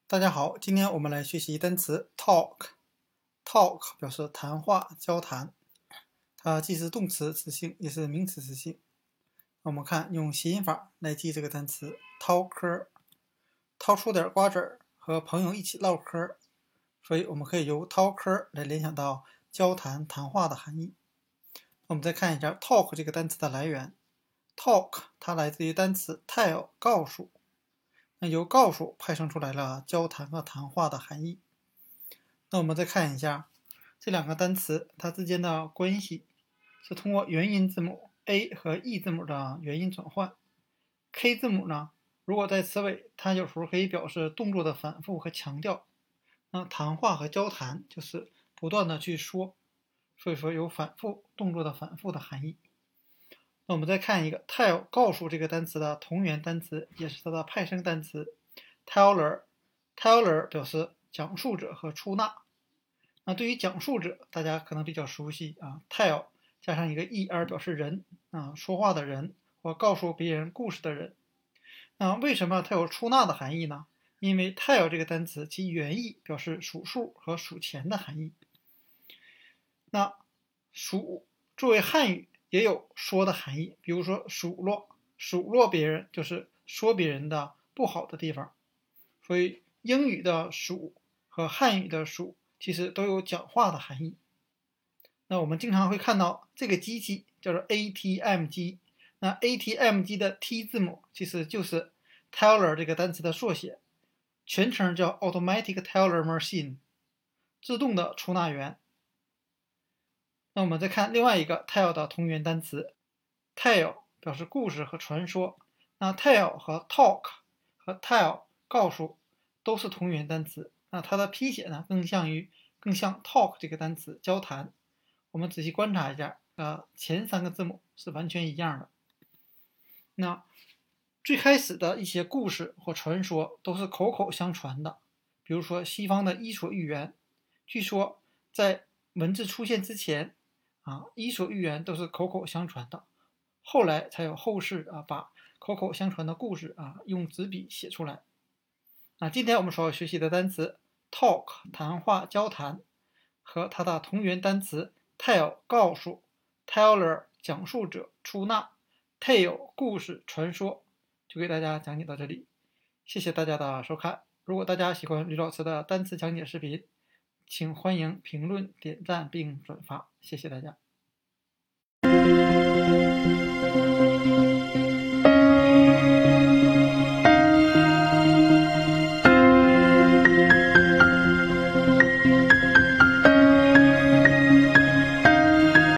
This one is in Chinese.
大家好，今天我们来学习单词 talk。talk 表示谈话、交谈，它既是动词词性，也是名词词性。我们看用谐音法来记这个单词掏嗑，掏出点瓜子儿，和朋友一起唠嗑，所以我们可以由掏嗑来联想到交谈、谈话的含义。我们再看一下 talk 这个单词的来源 ，talk 它来自于单词 tell 告诉。那由告诉派生出来了交谈和谈话的含义。那我们再看一下这两个单词它之间的关系，是通过元音字母 A 和 E 字母的元音转换。K 字母呢，如果在词尾，它有时候可以表示动作的反复和强调。那谈话和交谈就是不断的去说，所以说有反复动作的反复的含义。那我们再看一个 tell 告诉这个单词的同源单词，也是它的派生单词 teller。teller 表示讲述者和出纳。那对于讲述者，大家可能比较熟悉啊 ，tell 加上一个 er 表示人啊，说话的人或告诉别人故事的人。那为什么它有出纳的含义呢？因为 tell 这个单词其原意表示数数和数钱的含义。那数作为汉语也有说的含义，比如说数落别人就是说别人的不好的地方。所以英语的数和汉语的数其实都有讲话的含义。那我们经常会看到这个机器叫做 ATM 机，那 ATM 机的 T 字母其实就是 teller 这个单词的缩写，全称叫 Automatic Teller Machine， 自动的出纳员。那我们再看另外一个 tell 的同源单词 tale 表示故事和传说。那 tell 和 talk 和 tell 告诉都是同源单词，那它的拼写呢更像 talk 这个单词交谈。我们仔细观察一下，前三个字母是完全一样的。那最开始的一些故事或传说都是口口相传的，比如说西方的伊索寓言，据说在文字出现之前伊索寓言都是口口相传的，后来才有后世把口口相传的故事用纸笔写出来。今天我们所要学习的单词 talk 谈话交谈和它的同源单词 tell 告诉 teller 讲述者出纳 tale 故事传说，就给大家讲解到这里。谢谢大家的收看。如果大家喜欢吕老师的单词讲解视频，请欢迎评论、点赞并转发，谢谢大家。